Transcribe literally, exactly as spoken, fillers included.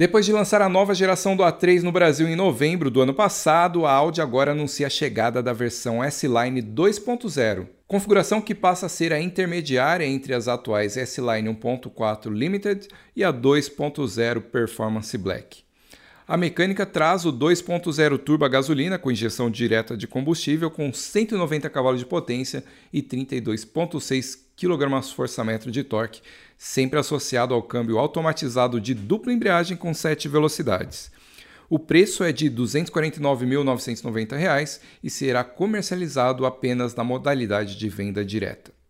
Depois de lançar a nova geração do A três no Brasil em novembro do ano passado, a Audi agora anuncia a chegada da versão S-Line dois ponto zero, configuração que passa a ser a intermediária entre as atuais S-Line um ponto quatro Limited e a dois ponto zero Performance Black. A mecânica traz o dois ponto zero turbo a gasolina com injeção direta de combustível com cento e noventa cavalos de potência e trinta e dois vírgula seis quilograma-força-metro de torque, sempre associado ao câmbio automatizado de dupla embreagem com sete velocidades. O preço é de duzentos e quarenta e nove mil novecentos e noventa reais e será comercializado apenas na modalidade de venda direta.